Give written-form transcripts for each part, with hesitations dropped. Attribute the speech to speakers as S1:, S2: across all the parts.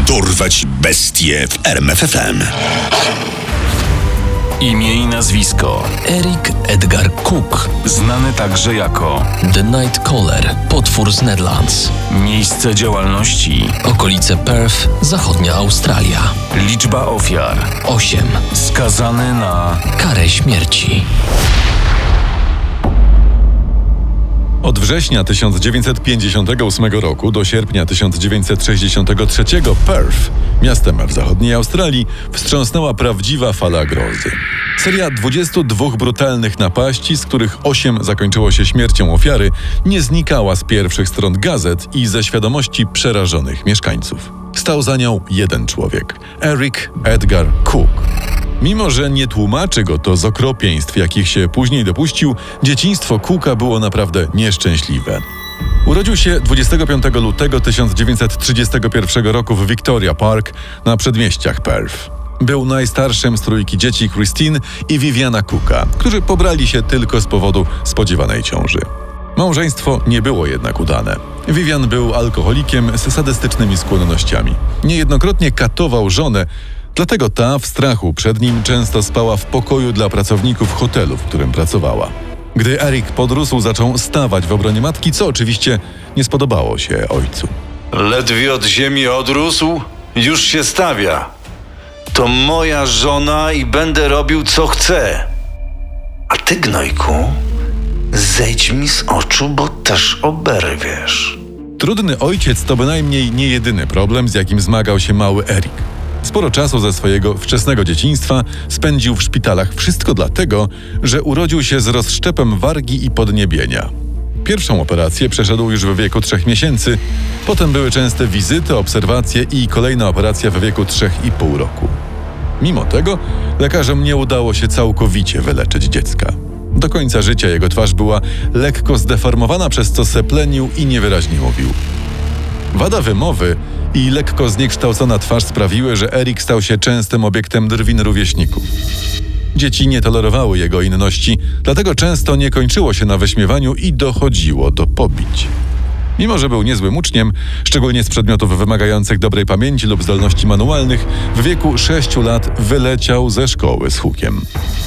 S1: Dorwać bestie w RMF FM.
S2: Imię i nazwisko:
S3: Eric Edgar Cook,
S2: znany także jako
S3: The Nightcaller, potwór z Nedlands.
S2: miejsce działalności:
S3: Okolice Perth, zachodnia Australia.
S2: liczba ofiar:
S3: 8.
S2: skazany na
S3: Karę śmierci.
S4: Od września 1958 roku do sierpnia 1963 Perth, miastem w zachodniej Australii, wstrząsnęła prawdziwa fala grozy. Seria 22 brutalnych napaści, z których 8 zakończyło się śmiercią ofiary, nie znikała z pierwszych stron gazet i ze świadomości przerażonych mieszkańców. Stał za nią jeden człowiek – Eric Edgar Cook. Mimo że nie tłumaczy go to z okropieństw, jakich się później dopuścił, dzieciństwo Cooka było naprawdę nieszczęśliwe. Urodził się 25 lutego 1931 roku w Victoria Park na przedmieściach Perth. Był najstarszym z trójki dzieci Christine i Viviana Cooka, którzy pobrali się tylko z powodu spodziewanej ciąży. Małżeństwo nie było jednak udane. Vivian był alkoholikiem z sadystycznymi skłonnościami. Niejednokrotnie katował żonę, dlatego ta w strachu przed nim często spała w pokoju dla pracowników hotelu, w którym pracowała. Gdy Eric podrósł, zaczął stawać w obronie matki, co oczywiście nie spodobało się ojcu.
S5: Ledwie od ziemi odrósł, już się stawia. To moja żona i będę robił co chcę. A ty, gnojku, zejdź mi z oczu, bo też oberwiesz.
S4: Trudny ojciec to bynajmniej nie jedyny problem, z jakim zmagał się mały Eric. Sporo czasu ze swojego wczesnego dzieciństwa spędził w szpitalach, wszystko dlatego, że urodził się z rozszczepem wargi i podniebienia. Pierwszą operację przeszedł już w wieku 3 miesięcy, potem były częste wizyty, obserwacje i kolejna operacja w wieku 3,5 roku. Mimo tego lekarzom nie udało się całkowicie wyleczyć dziecka. Do końca życia jego twarz była lekko zdeformowana, przez co seplenił i niewyraźnie mówił. Wada wymowy i lekko zniekształcona twarz sprawiły, że Eric stał się częstym obiektem drwin rówieśników. Dzieci nie tolerowały jego inności, dlatego często nie kończyło się na wyśmiewaniu i dochodziło do pobić. Mimo że był niezłym uczniem, szczególnie z przedmiotów wymagających dobrej pamięci lub zdolności manualnych, w wieku 6 lat wyleciał ze szkoły z hukiem.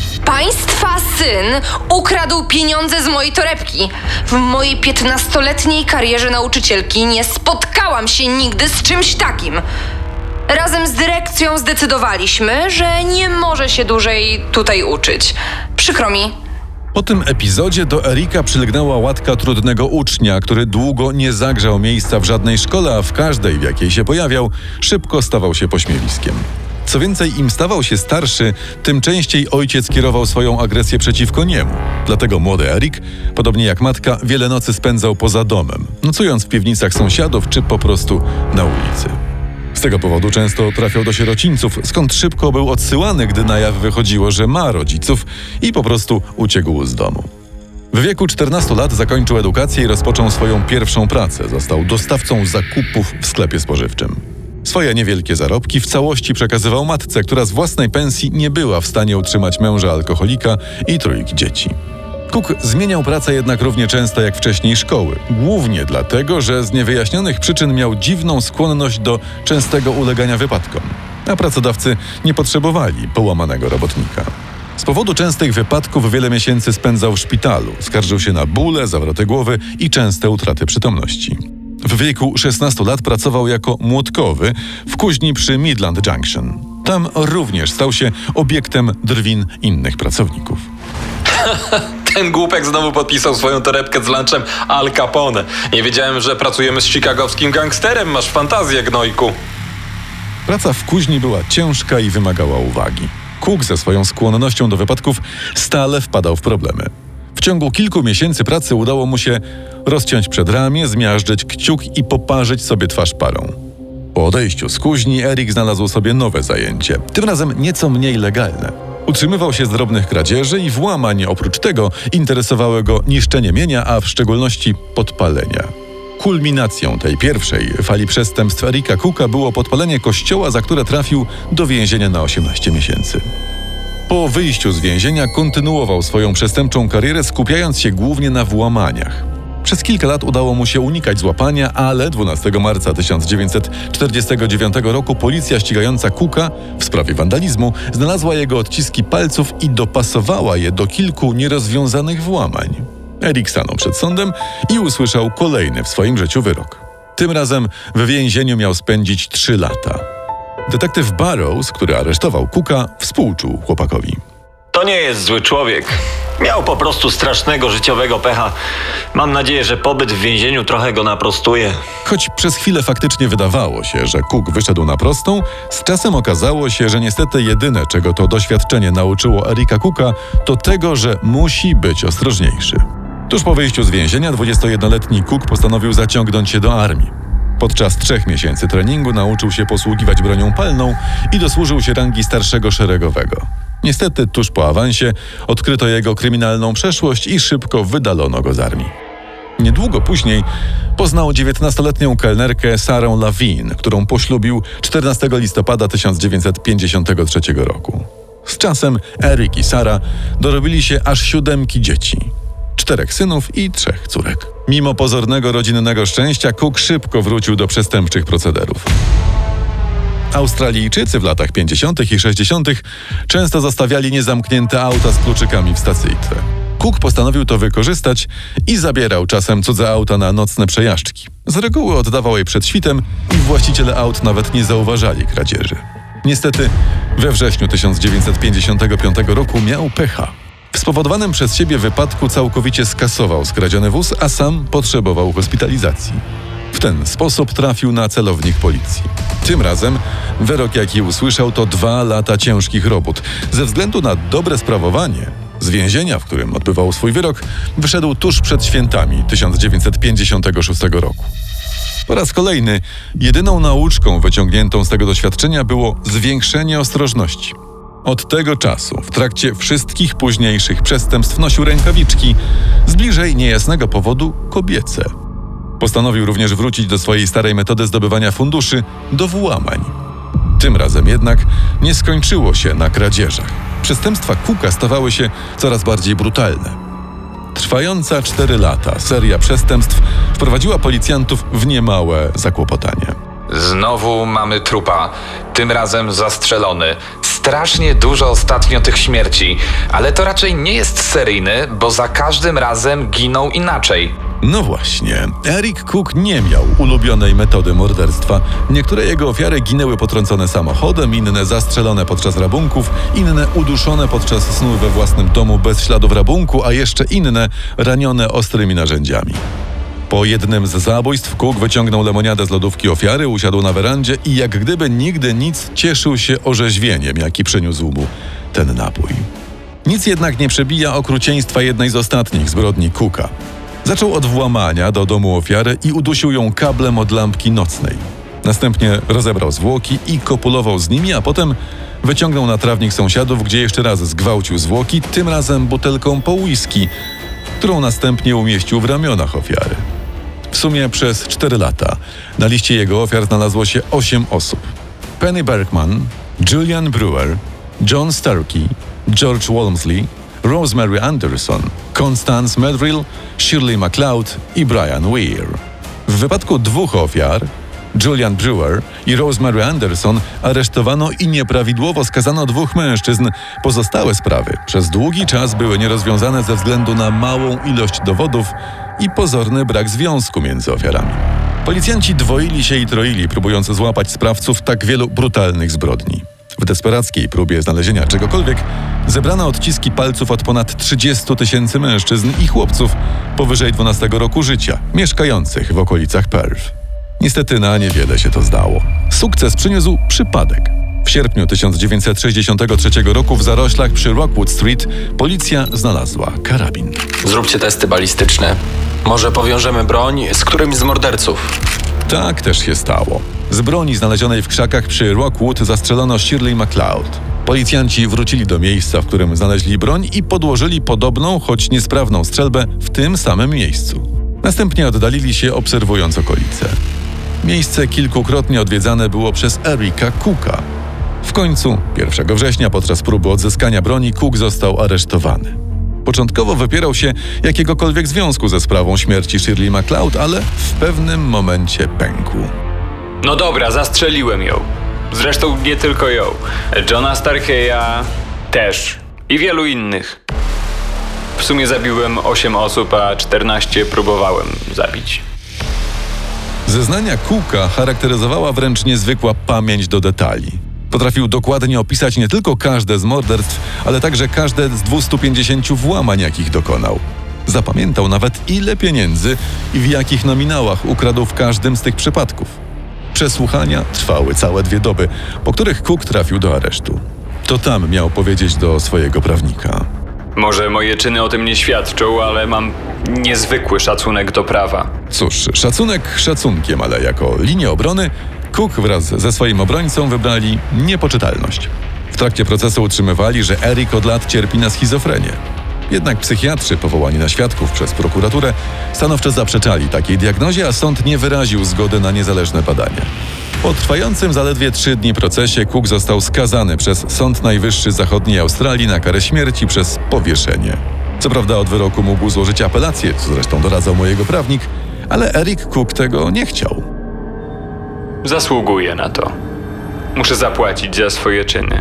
S6: Państwa syn ukradł pieniądze z mojej torebki. W mojej 15-letniej karierze nauczycielki nie spotkałam się nigdy z czymś takim. Razem z dyrekcją zdecydowaliśmy, że nie może się dłużej tutaj uczyć. Przykro mi.
S4: Po tym epizodzie do Erika przylgnęła łatka trudnego ucznia, który długo nie zagrzał miejsca w żadnej szkole, a w każdej, w jakiej się pojawiał, szybko stawał się pośmiewiskiem. Co więcej, im stawał się starszy, tym częściej ojciec kierował swoją agresję przeciwko niemu. Dlatego młody Eric, podobnie jak matka, wiele nocy spędzał poza domem, nocując w piwnicach sąsiadów czy po prostu na ulicy. Z tego powodu często trafiał do sierocińców, skąd szybko był odsyłany, gdy na jaw wychodziło, że ma rodziców i po prostu uciekł z domu. W wieku 14 lat zakończył edukację i rozpoczął swoją pierwszą pracę. Został dostawcą zakupów w sklepie spożywczym. Swoje niewielkie zarobki w całości przekazywał matce, która z własnej pensji nie była w stanie utrzymać męża alkoholika i 3 dzieci. Cook zmieniał pracę jednak równie często jak wcześniej szkoły, głównie dlatego, że z niewyjaśnionych przyczyn miał dziwną skłonność do częstego ulegania wypadkom, a pracodawcy nie potrzebowali połamanego robotnika. Z powodu częstych wypadków wiele miesięcy spędzał w szpitalu, skarżył się na bóle, zawroty głowy i częste utraty przytomności. W wieku 16 lat pracował jako młotkowy w kuźni przy Midland Junction. Tam również stał się obiektem drwin innych pracowników.
S7: Ten głupek znowu podpisał swoją torebkę z lunchem Al Capone. Nie wiedziałem, że pracujemy z chicagowskim gangsterem. Masz fantazję, gnojku.
S4: Praca w kuźni była ciężka i wymagała uwagi. Cook ze swoją skłonnością do wypadków stale wpadał w problemy. W ciągu kilku miesięcy pracy udało mu się rozciąć przedramię, zmiażdżyć kciuk i poparzyć sobie twarz parą. Po odejściu z kuźni Eric znalazł sobie nowe zajęcie, tym razem nieco mniej legalne. Utrzymywał się z drobnych kradzieży i włamań, oprócz tego interesowały go niszczenie mienia, a w szczególności podpalenia. Kulminacją tej pierwszej fali przestępstw Erica Cooka było podpalenie kościoła, za które trafił do więzienia na 18 miesięcy. Po wyjściu z więzienia kontynuował swoją przestępczą karierę, skupiając się głównie na włamaniach. Przez kilka lat udało mu się unikać złapania, ale 12 marca 1949 roku policja ścigająca Cooka w sprawie wandalizmu znalazła jego odciski palców i dopasowała je do kilku nierozwiązanych włamań. Eric stanął przed sądem i usłyszał kolejny w swoim życiu wyrok. Tym razem w więzieniu miał spędzić 3 lata. Detektyw Burrows, który aresztował Cooka, współczuł chłopakowi.
S8: To nie jest zły człowiek. Miał po prostu strasznego życiowego pecha. Mam nadzieję, że pobyt w więzieniu trochę go naprostuje.
S4: Choć przez chwilę faktycznie wydawało się, że Cook wyszedł na prostą, z czasem okazało się, że niestety jedyne, czego to doświadczenie nauczyło Erica Cooka, to tego, że musi być ostrożniejszy. Tuż po wyjściu z więzienia 21-letni Cook postanowił zaciągnąć się do armii. Podczas 3 miesięcy treningu nauczył się posługiwać bronią palną i dosłużył się rangi starszego szeregowego. Niestety, tuż po awansie odkryto jego kryminalną przeszłość i szybko wydalono go z armii. Niedługo później poznał 19-letnią kelnerkę Sarę Lavin, którą poślubił 14 listopada 1953 roku. Z czasem Eric i Sara dorobili się aż 7 dzieci. 4 synów i 3 córek. Mimo pozornego rodzinnego szczęścia, Cook szybko wrócił do przestępczych procederów. Australijczycy w latach 50. i 60. często zostawiali niezamknięte auta z kluczykami w stacyjce. Cook postanowił to wykorzystać i zabierał czasem cudze auta na nocne przejażdżki. Z reguły oddawał je przed świtem i właściciele aut nawet nie zauważali kradzieży. Niestety we wrześniu 1955 roku miał pecha. W spowodowanym przez siebie wypadku całkowicie skasował skradziony wóz, a sam potrzebował hospitalizacji. W ten sposób trafił na celownik policji. Tym razem wyrok, jaki usłyszał, to 2 lata ciężkich robót. Ze względu na dobre sprawowanie z więzienia, w którym odbywał swój wyrok, wyszedł tuż przed świętami 1956 roku. Po raz kolejny, jedyną nauczką wyciągniętą z tego doświadczenia było zwiększenie ostrożności. Od tego czasu, w trakcie wszystkich późniejszych przestępstw nosił rękawiczki, z bliżej niejasnego powodu kobiece. Postanowił również wrócić do swojej starej metody zdobywania funduszy, do włamań. Tym razem jednak nie skończyło się na kradzieżach. Przestępstwa Cooka stawały się coraz bardziej brutalne. Trwająca 4 lata seria przestępstw wprowadziła policjantów w niemałe zakłopotanie.
S7: Znowu mamy trupa, tym razem zastrzelony. Strasznie dużo ostatnio tych śmierci, ale to raczej nie jest seryjny, bo za każdym razem ginął inaczej.
S4: No właśnie, Eric Cook nie miał ulubionej metody morderstwa. Niektóre jego ofiary ginęły potrącone samochodem, inne zastrzelone podczas rabunków, inne uduszone podczas snu we własnym domu bez śladów rabunku, a jeszcze inne ranione ostrymi narzędziami. Po jednym z zabójstw Cook wyciągnął lemoniadę z lodówki ofiary, usiadł na werandzie i jak gdyby nigdy nic cieszył się orzeźwieniem, jaki przyniósł mu ten napój. Nic jednak nie przebija okrucieństwa jednej z ostatnich zbrodni Cooka. Zaczął od włamania do domu ofiary i udusił ją kablem od lampki nocnej. Następnie rozebrał zwłoki i kopulował z nimi, a potem wyciągnął na trawnik sąsiadów, gdzie jeszcze raz zgwałcił zwłoki, tym razem butelką po whisky, którą następnie umieścił w ramionach ofiary. W sumie przez 4 lata na liście jego ofiar znalazło się 8 osób. Penny Bergman, Julian Brewer, John Starkey, George Walmsley, Rosemary Anderson, Constance Medrill, Shirley MacLeod i Brian Weir. W wypadku 2 ofiar, Julian Brewer i Rosemary Anderson, aresztowano i nieprawidłowo skazano 2 mężczyzn. Pozostałe sprawy przez długi czas były nierozwiązane ze względu na małą ilość dowodów i pozorny brak związku między ofiarami. Policjanci dwoili się i troili, próbując złapać sprawców tak wielu brutalnych zbrodni. W desperackiej próbie znalezienia czegokolwiek zebrano odciski palców od ponad 30 000 mężczyzn i chłopców powyżej 12 roku życia, mieszkających w okolicach Perth. Niestety na niewiele się to zdało. Sukces przyniósł przypadek. W sierpniu 1963 roku w zaroślach przy Rockwood Street policja znalazła karabin.
S9: Zróbcie testy balistyczne. Może powiążemy broń z którymś z morderców.
S4: Tak też się stało. Z broni znalezionej w krzakach przy Rockwood zastrzelono Shirley MacLeod. Policjanci wrócili do miejsca, w którym znaleźli broń i podłożyli podobną, choć niesprawną strzelbę w tym samym miejscu. Następnie oddalili się, obserwując okolice. Miejsce kilkukrotnie odwiedzane było przez Erica Cooka. W końcu, 1 września, podczas próby odzyskania broni, Cook został aresztowany. Początkowo wypierał się jakiegokolwiek związku ze sprawą śmierci Shirley MacLeod, ale w pewnym momencie pękł.
S10: No dobra, zastrzeliłem ją. Zresztą nie tylko ją. Johna Starkeya też. I wielu innych. W sumie zabiłem 8 osób, a 14 próbowałem zabić.
S4: Zeznania Cooka charakteryzowała wręcz niezwykła pamięć do detali. Potrafił dokładnie opisać nie tylko każde z morderstw, ale także każde z 250 włamań, jakich dokonał. Zapamiętał nawet, ile pieniędzy i w jakich nominałach ukradł w każdym z tych przypadków. Przesłuchania trwały całe 2 doby, po których Cook trafił do aresztu. To tam miał powiedzieć do swojego prawnika.
S10: Może moje czyny o tym nie świadczą, ale mam niezwykły szacunek do prawa.
S4: Cóż, szacunek szacunkiem, ale jako linię obrony Cook wraz ze swoim obrońcą wybrali niepoczytalność. W trakcie procesu utrzymywali, że Eric od lat cierpi na schizofrenię. Jednak psychiatrzy powołani na świadków przez prokuraturę stanowczo zaprzeczali takiej diagnozie, a sąd nie wyraził zgody na niezależne badania. Po trwającym zaledwie 3 dni procesie Cook został skazany przez Sąd Najwyższy Zachodniej Australii na karę śmierci przez powieszenie. Co prawda od wyroku mógł złożyć apelację, co zresztą doradzał mu jego prawnik, ale Eric Cook tego nie chciał.
S10: Zasługuję na to. Muszę zapłacić za swoje czyny.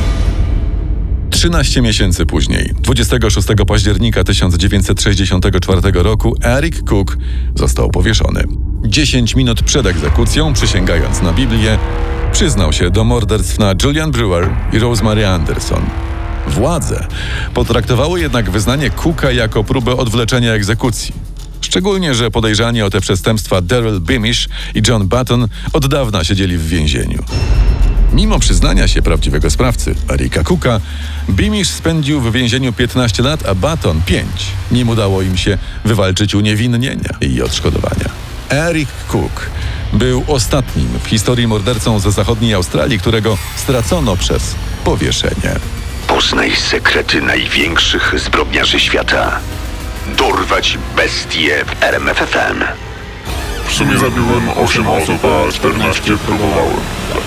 S4: 13 miesięcy później, 26 października 1964 roku, Eric Cook został powieszony. 10 minut przed egzekucją, przysięgając na Biblię, przyznał się do morderstw na Julian Brewer i Rosemary Anderson. Władze potraktowały jednak wyznanie Cooka jako próbę odwleczenia egzekucji. Szczególnie, że podejrzani o te przestępstwa Daryl Beamish i John Button od dawna siedzieli w więzieniu. Mimo przyznania się prawdziwego sprawcy, Erica Cooka, Beamish spędził w więzieniu 15 lat, a Button 5. Nim udało im się wywalczyć uniewinnienia i odszkodowania. Eric Cook był ostatnim w historii mordercą ze zachodniej Australii, którego stracono przez powieszenie.
S1: Poznaj sekrety największych zbrodniarzy świata. Dorwać bestie w RMF FM.
S11: W sumie zabiłem 8 osób, a 14 próbowałem.